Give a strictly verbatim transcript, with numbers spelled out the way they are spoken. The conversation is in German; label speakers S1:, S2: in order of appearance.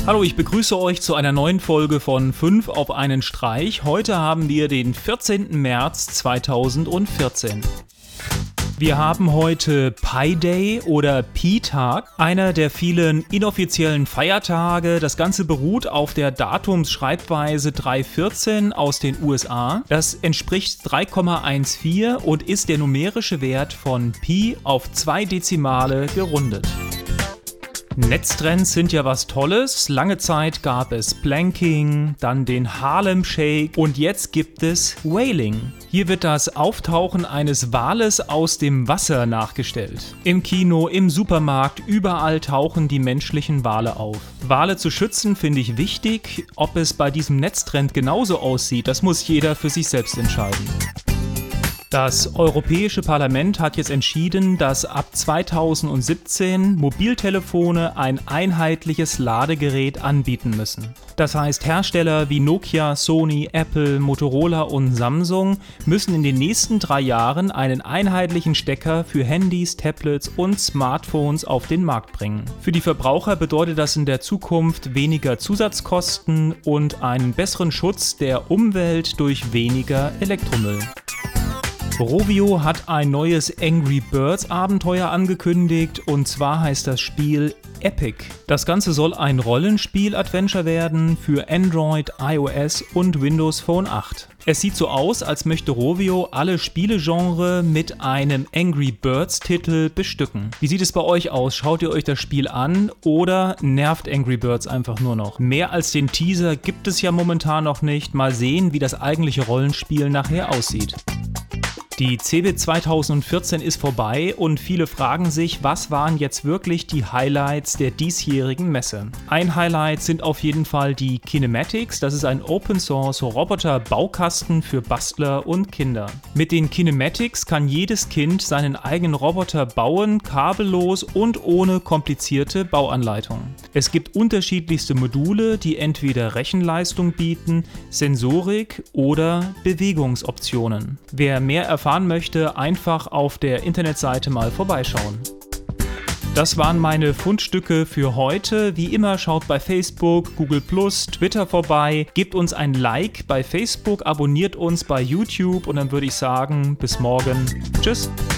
S1: Hallo, ich begrüße euch zu einer neuen Folge von fünf auf einen Streich. Heute haben wir den vierzehnten März zweitausendvierzehn. Wir haben heute Pi Day oder Pi-Tag, einer der vielen inoffiziellen Feiertage. Das Ganze beruht auf der Datumsschreibweise drei vierzehn aus den U S A. Das entspricht drei Komma vierzehn und ist der numerische Wert von Pi auf zwei Dezimale gerundet. Netztrends sind ja was Tolles. Lange Zeit gab es Planking, dann den Harlem Shake und jetzt gibt es Whaling. Hier wird das Auftauchen eines Wales aus dem Wasser nachgestellt. Im Kino, im Supermarkt, überall tauchen die menschlichen Wale auf. Wale zu schützen finde ich wichtig. Ob es bei diesem Netztrend genauso aussieht, das muss jeder für sich selbst entscheiden. Das Europäische Parlament hat jetzt entschieden, dass ab zweitausendsiebzehn Mobiltelefone ein einheitliches Ladegerät anbieten müssen. Das heißt, Hersteller wie Nokia, Sony, Apple, Motorola und Samsung müssen in den nächsten drei Jahren einen einheitlichen Stecker für Handys, Tablets und Smartphones auf den Markt bringen. Für die Verbraucher bedeutet das in der Zukunft weniger Zusatzkosten und einen besseren Schutz der Umwelt durch weniger Elektromüll. Rovio hat ein neues Angry Birds Abenteuer angekündigt und zwar heißt das Spiel Epic. Das Ganze soll ein Rollenspiel-Adventure werden für Android, iOS und Windows Phone acht. Es sieht so aus, als möchte Rovio alle Spielegenre mit einem Angry Birds Titel bestücken. Wie sieht es bei euch aus? Schaut ihr euch das Spiel an oder nervt Angry Birds einfach nur noch? Mehr als den Teaser gibt es ja momentan noch nicht. Mal sehen, wie das eigentliche Rollenspiel nachher aussieht. Die CeBIT zweitausendvierzehn ist vorbei und viele fragen sich, was waren jetzt wirklich die Highlights der diesjährigen Messe? Ein Highlight sind auf jeden Fall die Kinematics, das ist ein Open-Source-Roboter-Baukasten für Bastler und Kinder. Mit den Kinematics kann jedes Kind seinen eigenen Roboter bauen, kabellos und ohne komplizierte Bauanleitung. Es gibt unterschiedlichste Module, die entweder Rechenleistung bieten, Sensorik oder Bewegungsoptionen. Wer mehr erfahren möchte, einfach auf der Internetseite mal vorbeischauen. Das waren meine Fundstücke für heute. Wie immer schaut bei Facebook, Google plus, Twitter vorbei, gebt uns ein Like bei Facebook, abonniert uns bei YouTube und dann würde ich sagen, bis morgen. Tschüss!